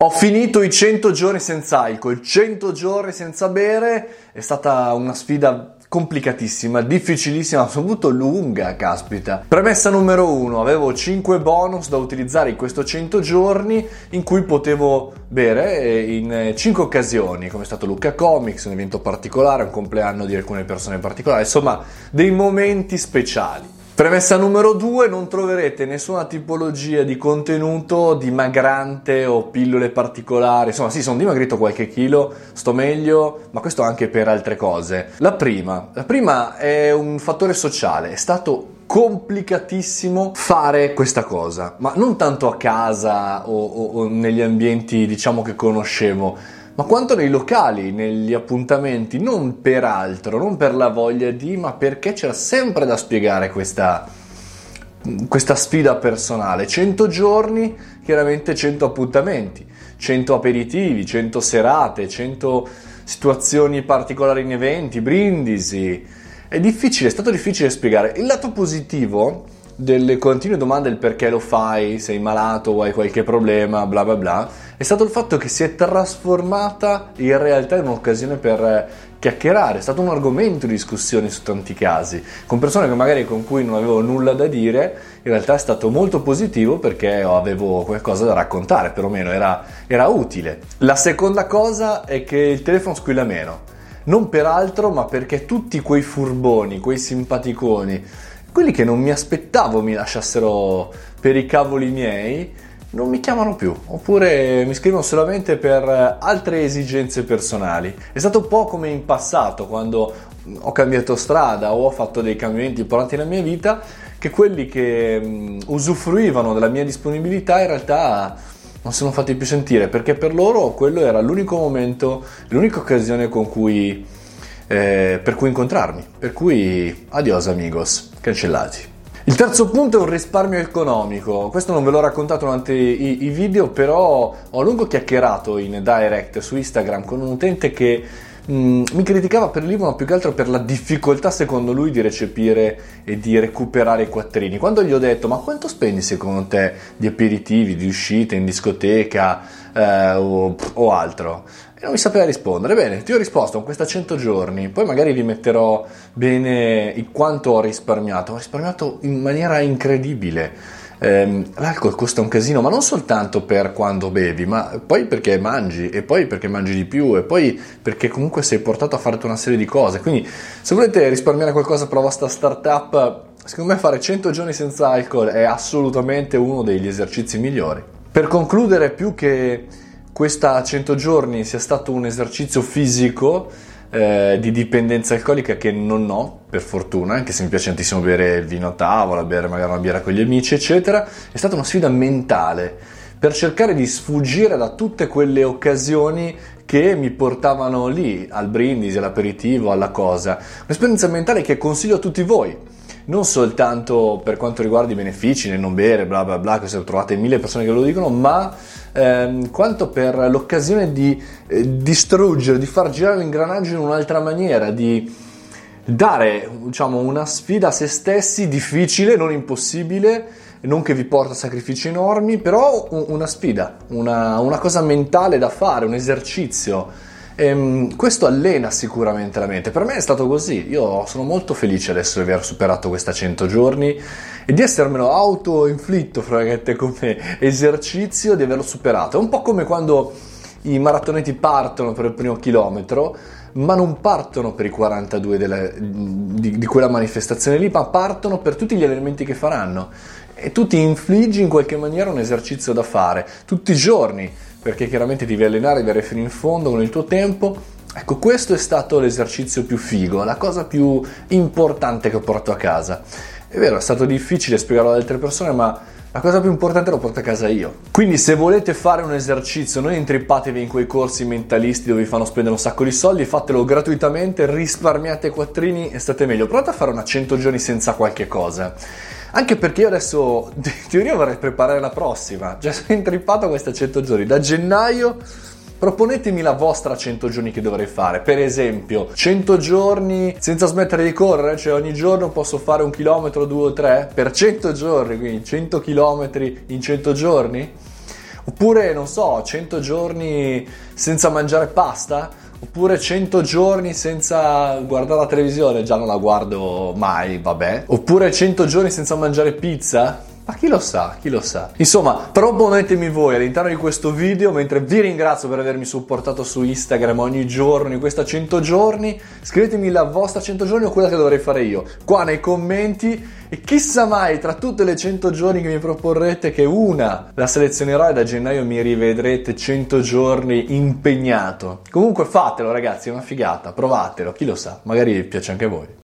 Ho finito i 100 giorni senza alcol, 100 giorni senza bere, è stata una sfida complicatissima, difficilissima, soprattutto lunga, caspita. Premessa numero 1, avevo 5 bonus da utilizzare in questo 100 giorni in cui potevo bere in 5 occasioni, come è stato Lucca Comics, un evento particolare, un compleanno di alcune persone particolari, insomma dei momenti speciali. Premessa numero 2, non troverete nessuna tipologia di contenuto dimagrante o pillole particolari, insomma sì, sono dimagrito qualche chilo, sto meglio, ma questo anche per altre cose. La prima è un fattore sociale, è stato complicatissimo fare questa cosa, ma non tanto a casa o negli ambienti diciamo che conoscevo, ma quanto nei locali, negli appuntamenti, non per altro, non per la voglia di, ma perché c'era sempre da spiegare questa sfida personale. 100 giorni, chiaramente 100 appuntamenti, 100 aperitivi, 100 serate, 100 situazioni particolari in eventi, brindisi. È stato difficile spiegare. Il lato positivo delle continue domande del perché lo fai, sei malato o hai qualche problema, bla bla bla, è stato il fatto che si è trasformata in realtà in un'occasione per chiacchierare, è stato un argomento di discussione su tanti casi, con persone che magari con cui non avevo nulla da dire, in realtà è stato molto positivo perché avevo qualcosa da raccontare, perlomeno era utile. La seconda cosa è che il telefono squilla meno, non per altro ma perché tutti quei furboni, quei simpaticoni, quelli che non mi aspettavo mi lasciassero per i cavoli miei, non mi chiamano più, oppure mi scrivono solamente per altre esigenze personali. È stato un po' come in passato, quando ho cambiato strada o ho fatto dei cambiamenti importanti nella mia vita, che quelli che usufruivano della mia disponibilità in realtà non si sono fatti più sentire, perché per loro quello era l'unico momento, l'unica occasione per cui incontrarmi. Per cui adios amigos, cancellati. Il terzo punto è un risparmio economico. Questo non ve l'ho raccontato durante i video, però ho a lungo chiacchierato in direct su Instagram con un utente che mi criticava per il libro, ma più che altro per la difficoltà secondo lui di recepire e di recuperare i quattrini. Quando gli ho detto ma quanto spendi secondo te di aperitivi, di uscite in discoteca o altro? E non mi sapeva rispondere. Bene, ti ho risposto con questa 100 giorni, poi magari vi metterò bene quanto ho risparmiato in maniera incredibile. L'alcol costa un casino, ma non soltanto per quando bevi, ma poi perché mangi, e poi perché mangi di più, e poi perché comunque sei portato a fare una serie di cose. Quindi se volete risparmiare qualcosa per la vostra startup, secondo me fare 100 giorni senza alcol è assolutamente uno degli esercizi migliori. Per concludere, più che questa 100 giorni sia stato un esercizio fisico di dipendenza alcolica, che non ho per fortuna, anche se mi piace tantissimo bere il vino a tavola, bere magari una birra con gli amici eccetera, è stata una sfida mentale per cercare di sfuggire da tutte quelle occasioni che mi portavano lì, al brindisi, all'aperitivo, alla cosa. Un'esperienza mentale che consiglio a tutti voi, non soltanto per quanto riguarda i benefici nel non bere, bla bla bla, che se trovate 1000 persone che ve lo dicono, ma quanto per l'occasione di distruggere, di far girare l'ingranaggio in un'altra maniera, di dare, diciamo, una sfida a se stessi, difficile, non impossibile, non che vi porta a sacrifici enormi, però una sfida, una cosa mentale da fare, un esercizio. Questo allena sicuramente la mente. Per me è stato così. Io sono molto felice adesso di aver superato questa 100 giorni e di essermelo auto-inflitto, fra virgolette, come esercizio, di averlo superato. È un po' come quando i maratoneti partono per il primo chilometro, ma non partono per i 42 di quella manifestazione lì, ma partono per tutti gli elementi che faranno. E tu ti infliggi in qualche maniera un esercizio da fare tutti i giorni, perché chiaramente devi allenare, devi arrivare fino in fondo con il tuo tempo. Ecco, questo è stato l'esercizio più figo, la cosa più importante che ho portato a casa. È vero, è stato difficile spiegarlo ad altre persone, ma la cosa più importante l'ho portata a casa io. Quindi se volete fare un esercizio, non intrippatevi in quei corsi mentalisti dove vi fanno spendere un sacco di soldi, fatelo gratuitamente, risparmiate quattrini e state meglio. Provate a fare una 100 giorni senza qualche cosa. Anche perché io adesso, in teoria, vorrei preparare la prossima. Già sono intrippato a questa 100 giorni. Da gennaio proponetemi la vostra 100 giorni che dovrei fare. Per esempio, 100 giorni senza smettere di correre, cioè ogni giorno posso fare 1 chilometro, 2 o 3 per 100 giorni, quindi 100 chilometri in 100 giorni. Oppure, non so, 100 giorni senza mangiare pasta? Oppure 100 giorni senza guardare la televisione? Già non la guardo mai, vabbè. Oppure 100 giorni senza mangiare pizza? Ma chi lo sa, chi lo sa. Insomma, proponetemi voi all'interno di questo video, mentre vi ringrazio per avermi supportato su Instagram ogni giorno in questa 100 giorni, scrivetemi la vostra 100 giorni o quella che dovrei fare io, qua nei commenti, e chissà mai tra tutte le 100 giorni che mi proporrete che una la selezionerò e da gennaio mi rivedrete 100 giorni impegnato. Comunque fatelo ragazzi, è una figata, provatelo, chi lo sa, magari vi piace anche a voi.